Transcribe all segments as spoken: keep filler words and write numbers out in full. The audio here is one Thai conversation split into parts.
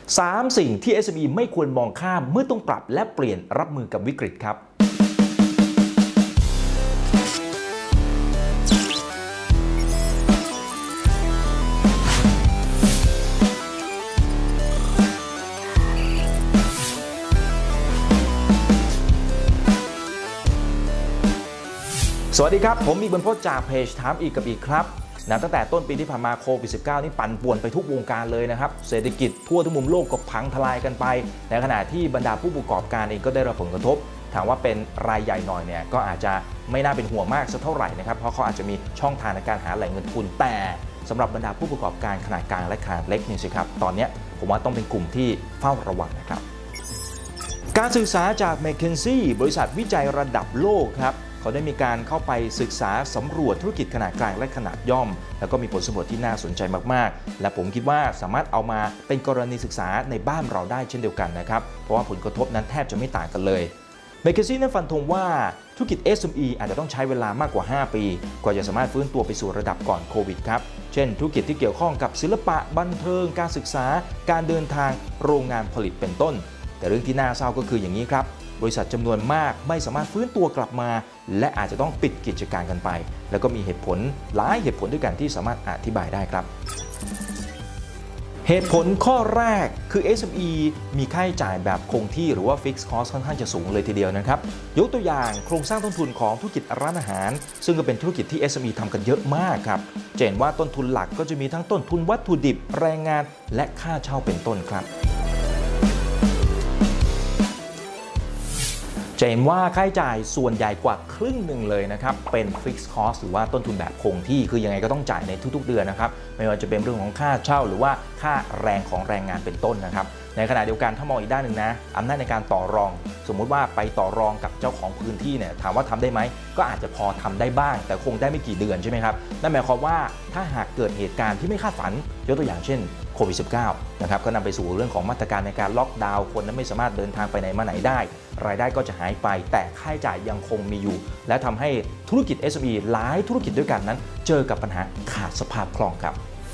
สามสิ่งที่ เอส เอ็ม อี ไม่ควรมองข้ามเมื่อต้องปรับและเปลี่ยนรับมือกับวิกฤตครับสวัสดีครับผมมีบรรพจน์จากเพจถามอีกกับอีกครับนะตั้งแต่ต้นปีที่ผ่านมาโควิด สิบเก้า นี่ปั่นป่วนไปทุกวงการเลยนะครับเศรษฐกิจทั่วทุกมุมโลกก็พังทลายกันไปในขณะที่บรรดาผู้ประกอบการเองก็ได้รับผลกระทบถามว่าเป็นรายใหญ่หน่อยเนี่ยก็อาจจะไม่น่าเป็นห่วงมากสักเท่าไหร่นะครับเพราะเขาอาจจะมีช่องทางในการหาแหล่งเงินทุนแต่สำหรับบรรดาผู้ประกอบการขนาดกลางและขนาดเล็กนี่สิครับตอนนี้ผมว่าต้องเป็นกลุ่มที่เฝ้าระวังนะครับการศึกษาจาก แมคเคนซี่ บริษัทวิจัยระดับโลกครับเขาได้มีการเข้าไปศึกษาสำรวจธุรกิจขนาดกลางและขนาดย่อมแล้วก็มีผลสำรวจที่น่าสนใจมากๆและผมคิดว่าสามารถเอามาเป็นกรณีศึกษาในบ้านเราได้เช่นเดียวกันนะครับเพราะว่าผลกระทบนั้นแทบจะไม่ต่างกันเลย แมคเคนซี่ นั้นฟันธงว่าธุรกิจ เอส เอ็ม อี อาจจะต้องใช้เวลามากกว่าห้าปีกว่าจะสามารถฟื้นตัวไปสู่ระดับก่อนโควิดครับเช่นธุรกิจที่เกี่ยวข้องกับศิลปะบันเทิงการศึกษาการเดินทางโรงงานผลิตเป็นต้นแต่เรื่องที่น่าเศร้าก็คืออย่างนี้ครับบริษัทจำนวนมากไม่สามารถฟื้นตัวกลับมาและอาจจะต้องปิดกิจการกันไปแล้วก็มีเหตุผลหลายเหตุผลด้วยกันที่สามารถอธิบายได้ครับเหตุผลข้อแรกคือ เอส เอ็ม อี มีค่าใช้จ่ายแบบคงที่หรือว่า Fixed Cost ค่อนข้างจะสูงเลยทีเดียวนะครับยกตัวอย่างโครงสร้างต้นทุนของธุรกิจร้านอาหารซึ่งก็เป็นธุรกิจที่ เอส เอ็ม อี ทำกันเยอะมากครับจะเห็นว่าต้นทุนหลักก็จะมีทั้งต้นทุนวัตถุดิบแรงงานและค่าเช่าเป็นต้นครับจะเห็นว่าค่าใช้จ่ายส่วนใหญ่กว่าครึ่งหนึ่งเลยนะครับเป็น Fixed Cost หรือว่าต้นทุนแบบคงที่คือยังไงก็ต้องจ่ายในทุกๆเดือนนะครับไม่ว่าจะเป็นเรื่องของค่าเช่าหรือว่าค่าแรงของแรงงานเป็นต้นนะครับในขณะเดียวกันถ้ามองอีกด้านหนึ่งนะอำนาจในการต่อรองสมมุติว่าไปต่อรองกับเจ้าของพื้นที่เนี่ยถามว่าทำได้ไหมก็อาจจะพอทำได้บ้างแต่คงได้ไม่กี่เดือนใช่ไหมครับนั่นหมายความว่าถ้าหากเกิดเหตุการณ์ที่ไม่คาดฝันยกตัวอย่างเช่นโควิด สิบเก้า นะครับก็นำไปสู่เรื่องของมาตรการในการล็อกดาวน์คนนั้นไม่สามารถเดินทางไปไหนมาไหนได้รายได้ก็จะหายไปแต่ค่าใช้จ่ายยังคงมีอยู่และทำให้ธุรกิจ เอส เอ็ม อี หลายธุรกิจด้วยกันนั้นเจอกับปัญหาขาดสภาพคล่องครับ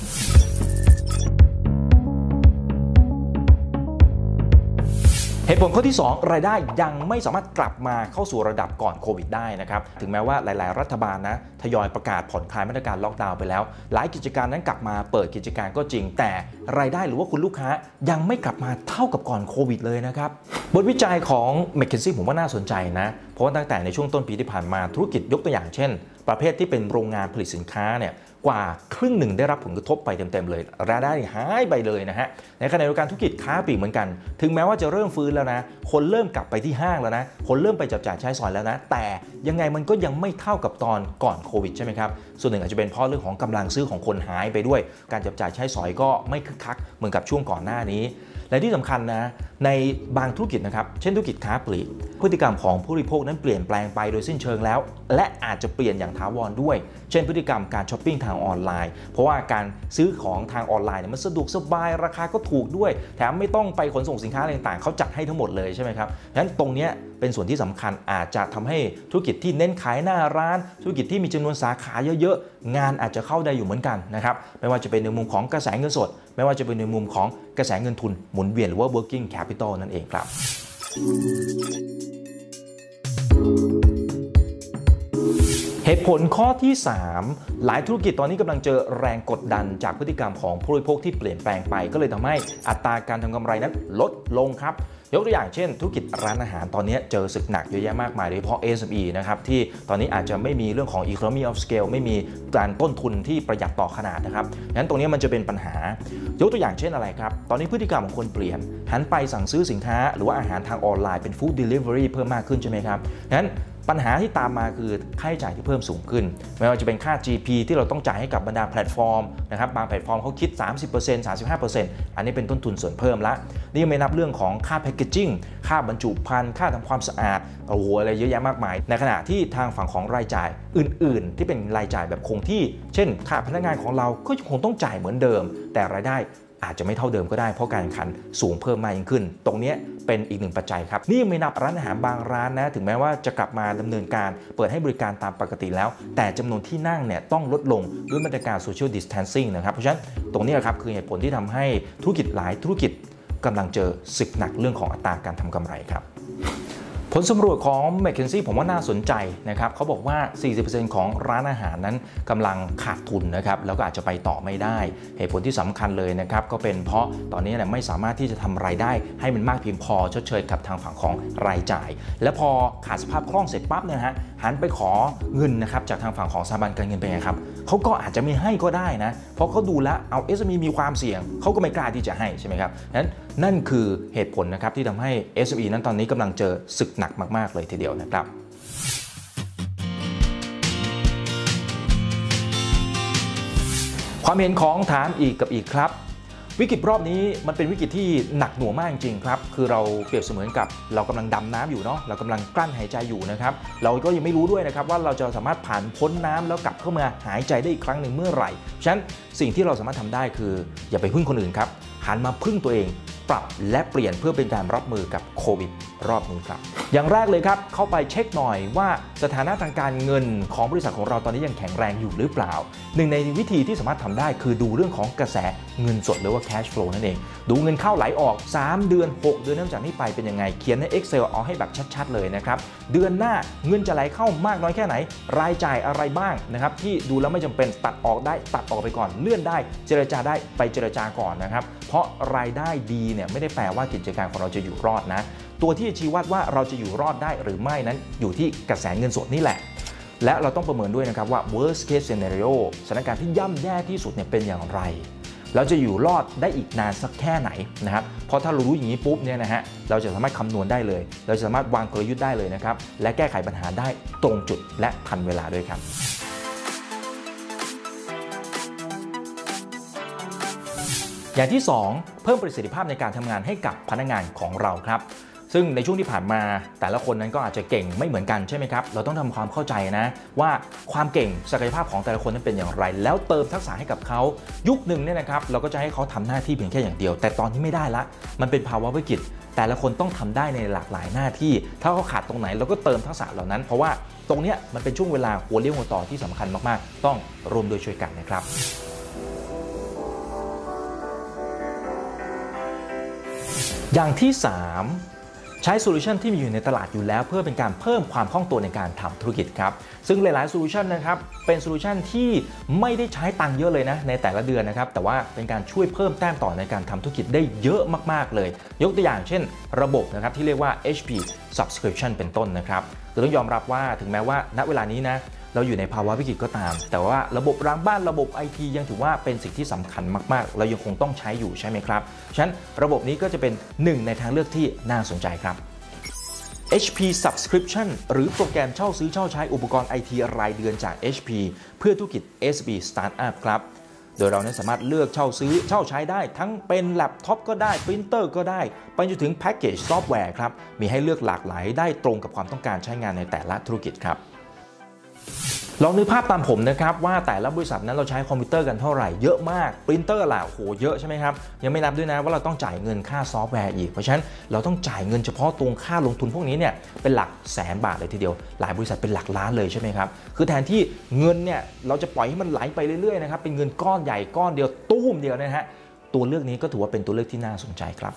เหตุผลข้อที่สองรายได้ยังไม่สามารถกลับมาเข้าสู่ระดับก่อนโควิดได้นะครับถึงแม้ว่าหลายๆรัฐบาลนะทยอยประกาศผ่อนคลายมาตรการล็อกดาวน์ไปแล้วหลายกิจการนั้นกลับมาเปิดกิจการก็จริงแต่รายได้หรือว่าคุณลูกค้ายังไม่กลับมาเท่ากับก่อนโควิดเลยนะครับบทวิจัยของ แมคเคนซี่ ผมว่าน่าสนใจนะเพราะว่าตั้งแต่ในช่วงต้นปีที่ผ่านมาธุรกิจยกตัวอย่างเช่นประเภทที่เป็นโรงงานผลิตสินค้าเนี่ยกว่าครึ่งหนึ่งได้รับผลกระทบไปเต็มๆเลยรายได้หายไปเลยนะฮะในขณะเดียวกันธุรกิจค้าปลีกเหมือนกันถึงแม้ว่าจะเริ่มฟื้นแล้วนะคนเริ่มกลับไปที่ห้างแล้วนะคนเริ่มไปจับจ่ายใช้สอยแล้วนะแต่ยังไงมันก็ยังไม่เท่ากับตอนก่อนโควิดใช่ไหมครับส่วนหนึ่งอาจจะเป็นเพราะเรื่องของกำลังซื้อของคนหายไปด้วยการจับจ่ายใช้สอยก็ไม่คึกคักเหมือนกับช่วงก่อนหน้านี้และที่สำคัญนะในบางธุรกิจนะครับเช่นธุรกิจค้าปลีกพฤติกรรมของผู้บริโภคนั้นเปลี่ยนแปลงไปโดยสิ้นเชิงแล้วและอาจจะเปลี่ยนอย่างถาวรด้วยเช่นพฤติกรรมการช้อปปิ้งทางออนไลน์เพราะว่าการซื้อของทางออนไลน์เนี่ยมันสะดวกสบายราคาก็ถูกด้วยแถมไม่ต้องไปขนส่งสินค้าต่างๆเขาจัดให้ทั้งหมดเลยใช่ไหมครับงั้นตรงนี้เป็นส่วนที่สำคัญอาจจะทำให้ธุรกิจที่เน้นขายหน้าร้านธุรกิจที่มีจำนวนสาขาเยอะๆงานอาจจะเข้าได้อยู่เหมือนกันนะครับไม่ว่าจะเป็นในมุมของกระแสเงินสดไม่ว่าจะเป็นในมุมของกระแสเงินทุนหมุนเวียนหรือว่า working capital นั่นเองครับเหตุผลข้อที่สามหลายธุรกิจตอนนี้กำลังเจอแรงกดดันจากพฤติกรรมของผู้บริโภคที่เปลี่ยนแปลงไปก็เลยทำให้อัตราการทำกำไรนั้นลดลงครับยกตัวอย่างเช่นธุรกิจร้านอาหารตอนนี้เจอศึกหนักเยอะแยะมากมายโดยเฉพาะ เอส เอ็ม อี นะครับที่ตอนนี้อาจจะไม่มีเรื่องของ economy of scale ไม่มีการต้นทุนที่ประหยัดต่อขนาดนะครับงั้นตรงนี้มันจะเป็นปัญหายกตัวอย่างเช่นอะไรครับตอนนี้พฤติกรรมของคนเปลี่ยนหันไปสั่งซื้อสินค้าหรือว่าอาหารทางออนไลน์เป็น food delivery เพิ่มมากขึ้นใช่ไหมครับงั้นปัญหาที่ตามมาคือค่าใช้จ่ายที่เพิ่มสูงขึ้นไม่ว่าจะเป็นค่า จี พี ที่เราต้องจ่ายให้กับบรรดาแพลตฟอร์มนะครับบางแพลตฟอร์มเขาคิด สามสิบเปอร์เซ็นต์ สามสิบห้าเปอร์เซ็นต์ อันนี้เป็นต้นทุนส่วนเพิ่มละนี่ยังไม่นับเรื่องของค่าแพคเกจจิ้งค่าบรรจุภัณฑ์ค่าทำความสะอาดโอ้โหอะไรเยอะแยะมากมายในขณะที่ทางฝั่งของรายจ่ายอื่นๆที่เป็นรายจ่ายแบบคงที่เช่นค่าพนักงานของเราก็คงต้องจ่ายเหมือนเดิมแต่รายได้อาจจะไม่เท่าเดิมก็ได้เพราะการแข่งขันสูงเพิ่มมากยิ่งขึ้นตรงนี้เป็นอีกหนึ่งปัจจัยครับนี่ยังไม่นับร้านอาหารบางร้านนะถึงแม้ว่าจะกลับมาดำเนินการเปิดให้บริการตามปกติแล้วแต่จำนวนที่นั่งเนี่ยต้องลดลงด้วยมาตรการ social distancing นะครับเพราะฉะนั้นตรงนี้ครับคือเหตุผลที่ทำให้ธุรกิจหลายธุรกิจกำลังเจอศึกหนักเรื่องของอัตราการทำกำไรครับผลสำรวจของ แมคเคนซี่ผมว่าน่าสนใจนะครับเขาบอกว่า สี่สิบเปอร์เซ็นต์ ของร้านอาหารนั้นกำลังขาดทุนนะครับแล้วก็อาจจะไปต่อไม่ได้เหตุผลที่สำคัญเลยนะครับก็เป็นเพราะตอนนี้เนี่ยไม่สามารถที่จะทำรายได้ให้มันมากเพียงพอชดเชยกับทางฝั่งของรายจ่ายและพอขาดสภาพคล่องเสร็จปั๊บเนี่ยฮะหันไปขอเงินนะครับจากทางฝั่งของสถาบันการเงินเป็นไงครับเขาก็อาจจะไม่ให้ก็ได้นะเพราะเขาดูแล้วเอา เอส เอ็ม อี มีความเสี่ยงเขาก็ไม่กล้าที่จะให้ใช่ไหมครับนั้นนั่นคือเหตุผลนะครับที่ทำให้ เอส เอ็ม อี นั้นตอนนี้กำลังเจอศึกหนักมากๆเลยทีเดียวนะครับความเห็นของถามอีกกับอีกครับวิกฤตรอบนี้มันเป็นวิกฤตที่หนักหน่วงมากจริงๆครับคือเราเปรียบเสมือนกับเรากำลังดำน้ำอยู่เนาะเรากำลังกลั้นหายใจอยู่นะครับเราก็ยังไม่รู้ด้วยนะครับว่าเราจะสามารถผ่านพ้นน้ำแล้วกลับเข้ามาหายใจได้อีกครั้งหนึ่งเมื่อไหร่ฉะนั้นสิ่งที่เราสามารถทำได้คืออย่าไปพึ่งคนอื่นครับหันมาพึ่งตัวเองปรับและเปลี่ยนเพื่อเป็นการรับมือกับโควิดรอบนี้ครับอย่างแรกเลยครับเข้าไปเช็คหน่อยว่าสถานะทางการเงินของบริษัทของเราตอนนี้ยังแข็งแรงอยู่หรือเปล่าหนึ่งในวิธีที่สามารถทำได้คือดูเรื่องของกระแสเงินสดหรือว่า cash flow นั่นเองดูเงินเข้าไหลออกสามเดือนหกเดือนนับจากนี้ไปเป็นยังไงเขียนใน Excel เอาให้แบบชัดๆเลยนะครับเดือนหน้าเงินจะไหลเข้ามากน้อยแค่ไหนรายจ่ายอะไรบ้างนะครับที่ดูแล้วไม่จำเป็นตัดออกได้ตัดออกไปก่อนเลื่อนได้เจรจาได้ไปเจรจาก่อนนะครับเพราะรายได้ดีเนี่ยไม่ได้แปลว่ากิจการของเราจะอยู่รอดนะตัวที่จะชี้วัดว่าเราจะอยู่รอดได้หรือไม่นั้นอยู่ที่กระแสเงินสดนี่แหละและเราต้องประเมินด้วยนะครับว่า worst case scenario สถานการณ์ที่ย่ำแย่ที่สุดเนี่ยเป็นอย่างไรเราจะอยู่รอดได้อีกนานสักแค่ไหนนะครับเพราะถ้าเรารู้อย่างนี้ปุ๊บเนี่ยนะฮะเราจะสามารถคำนวณได้เลยเราจะสามารถวางกลยุทธ์ได้เลยนะครับและแก้ไขปัญหาได้ตรงจุดและทันเวลาด้วยครับอย่างที่สองเพิ่มประสิทธิภาพในการทำงานให้กับพนักงานของเราครับซึ่งในช่วงที่ผ่านมาแต่ละคนนั้นก็อาจจะเก่งไม่เหมือนกันใช่ไหมครับเราต้องทำความเข้าใจนะว่าความเก่งศักยภาพของแต่ละคนนั้นเป็นอย่างไรแล้วเติมทักษะให้กับเขายุคหนึ่งเนี่ยนะครับเราก็จะให้เขาทำหน้าที่เพียงแค่อย่างเดียวแต่ตอนนี้ไม่ได้ละมันเป็นภาวะวิกฤตแต่ละคนต้องทำได้ในหลากหลายหน้าที่ถ้าเขาขาดตรงไหนเราก็เติมทักษะเหล่านั้นเพราะว่าตรงนี้มันเป็นช่วงเวลาหัวเลี้ยวหัวต่อที่สำคัญมากๆต้องร่วมโดยช่วยกันนะครับอย่างที่สามใช้โซลูชันที่มีอยู่ในตลาดอยู่แล้วเพื่อเป็นการเพิ่มความคล่องตัวในการทำธุรกิจครับซึ่งหลายๆโซลูชันนะครับเป็นโซลูชันที่ไม่ได้ใช้ตังค์เยอะเลยนะในแต่ละเดือนนะครับแต่ว่าเป็นการช่วยเพิ่มแต้มต่อในการทำธุรกิจได้เยอะมากๆเลยยกตัวอย่างเช่นระบบนะครับที่เรียกว่า เอช พี Subscription เป็นต้นนะครับเราต้องยอมรับว่าถึงแม้ว่าณเวลานี้นะเราอยู่ในภาวะวิกฤตก็ตามแต่ว่าระบบรางบ้านระบบ ไอ ที ยังถือว่าเป็นสิ่งที่สำคัญมากๆเรายังคงต้องใช้อยู่ใช่ไหมครับฉะนั้นระบบนี้ก็จะเป็นหนึ่งในทางเลือกที่น่าสนใจครับ เอช พี Subscription หรือโปรแกรมเช่าซื้อเช่าใช้อุปกรณ์ ไอ ที รายเดือนจาก เอช พี เพื่อธุรกิจ เอส บี Startup ครับโดยเรานั้นสามารถเลือกเช่าซื้อเช่าใช้ได้ทั้งเป็นแล็ปท็อปก็ได้ปรินเตอร์ก็ได้ไปจนถึงแพ็กเกจซอฟต์แวร์ครับมีให้เลือกหลากหลายได้ตรงกับความต้องการใช้งานในแต่ละธุรกิจครับลองนึกภาพตามผมนะครับว่าแต่ละบริษัทนั้นเราใช้คอมพิวเตอร์กันเท่าไหร่เยอะมากปรินเตอร์ล่ะโหเยอะใช่ไหมครับยังไม่นับด้วยนะว่าเราต้องจ่ายเงินค่าซอฟต์แวร์อีกเพราะฉะนั้นเราต้องจ่ายเงินเฉพาะตรงค่าลงทุนพวกนี้เนี่ยเป็นหลักแสนบาทเลยทีเดียวหลายบริษัทเป็นหลักล้านเลยใช่ไหมครับคือแทนที่เงินเนี่ยเราจะปล่อยให้มันไหลไปเรื่อยๆนะครับเป็นเงินก้อนใหญ่ก้อนเดียวตู้มเดียวนะฮะตัวเลือกนี้ก็ถือว่าเป็นตัวเลือกที่น่าสนใจครับ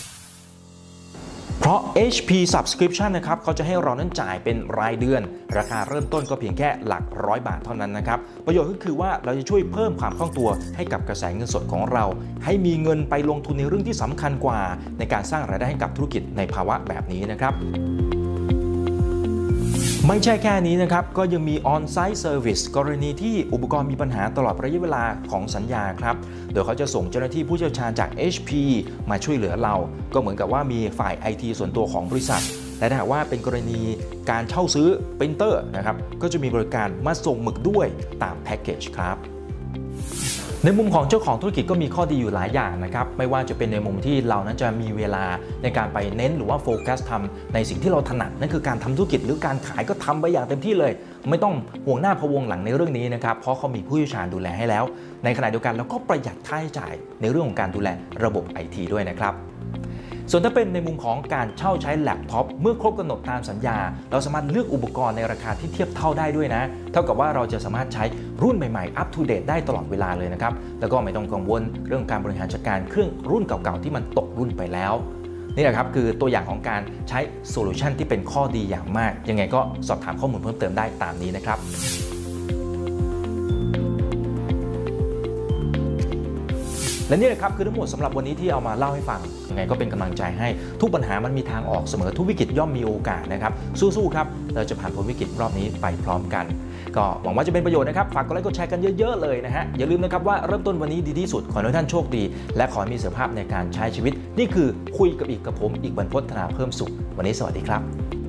เพราะ เอช พี Subscription นะครับเขาจะให้เรานั้นจ่ายเป็นรายเดือนราคาเริ่มต้นก็เพียงแค่หลักร้อยบาทเท่านั้นนะครับประโยชน์ก็คือว่าเราจะช่วยเพิ่มความคล่องตัวให้กับกระแสเงินสดของเราให้มีเงินไปลงทุนในเรื่องที่สำคัญกว่าในการสร้างรายได้ให้กับธุรกิจในภาวะแบบนี้นะครับไม่ใช่แค่นี้นะครับก็ยังมี On-site Service กรณีที่อุปกรณ์มีปัญหาตลอดระยะเวลาของสัญญาครับโดยเขาจะส่งเจ้าหน้าที่ผู้เชี่ยวชาญจาก เอช พี มาช่วยเหลือเราก็เหมือนกับว่ามีฝ่าย ไอ ที ส่วนตัวของบริษัทและถ้าหากว่าเป็นกรณีการเช่าซื้อปรินเตอร์นะครับก็จะมีบริการมาส่งหมึกด้วยตามแพ็กเกจครับในมุมของเจ้าของธุรกิจก็มีข้อดีอยู่หลายอย่างนะครับไม่ว่าจะเป็นในมุมที่เรานั้นจะมีเวลาในการไปเน้นหรือว่าโฟกัสทำในสิ่งที่เราถนัดนั่นคือการทำธุรกิจหรือการขายก็ทำไปอย่างเต็มที่เลยไม่ต้องห่วงหน้าพะวงหลังในเรื่องนี้นะครับเพราะเขามีผู้เชี่ยวชาญดูแลให้แล้วในขณะเดียวกันเราก็ประหยัดค่าใช้จ่ายในเรื่องของการดูแลระบบ ไอ ที ด้วยนะครับส่วนถ้าเป็นในมุมของการเช่าใช้แล็ปท็อปเมื่อครบกำหนดตามสัญญาเราสามารถเลือกอุปกรณ์ในราคาที่เทียบเท่าได้ด้วยนะเท่ากับว่าเราจะสามารถใช้รุ่นใหม่ๆอัปทูเดตได้ตลอดเวลาเลยนะครับแล้วก็ไม่ต้องกังวลเรื่องการบริหารจัดการเครื่องรุ่นเก่าๆที่มันตกรุ่นไปแล้วนี่แหละครับคือตัวอย่างของการใช้โซลูชันที่เป็นข้อดีอย่างมากยังไงก็สอบถามข้อมูลเพิ่มเติมได้ตามนี้นะครับและนี่แหละครับคือทั้งหมดสำหรับวันนี้ที่เอามาเล่าให้ฟังยังไงก็เป็นกำลังใจให้ทุกปัญหามันมีทางออกเสมอทุกวิกฤตย่อมมีโอกาสนะครับสู้ๆครับเราจะผ่านพ้นวิกฤตรอบนี้ไปพร้อมกันก็หวังว่าจะเป็นประโยชน์นะครับฝากกดไลค์กดแชร์กันเยอะๆเลยนะฮะอย่าลืมนะครับว่าเริ่มต้นวันนี้ดีที่สุดขอให้ทุกท่านโชคดีและขอให้มีสุขภาพในการใช้ชีวิตนี่คือคุยกับอีกกับผมอีกบรรพตนาเพิ่มสุขวันนี้สวัสดีครับ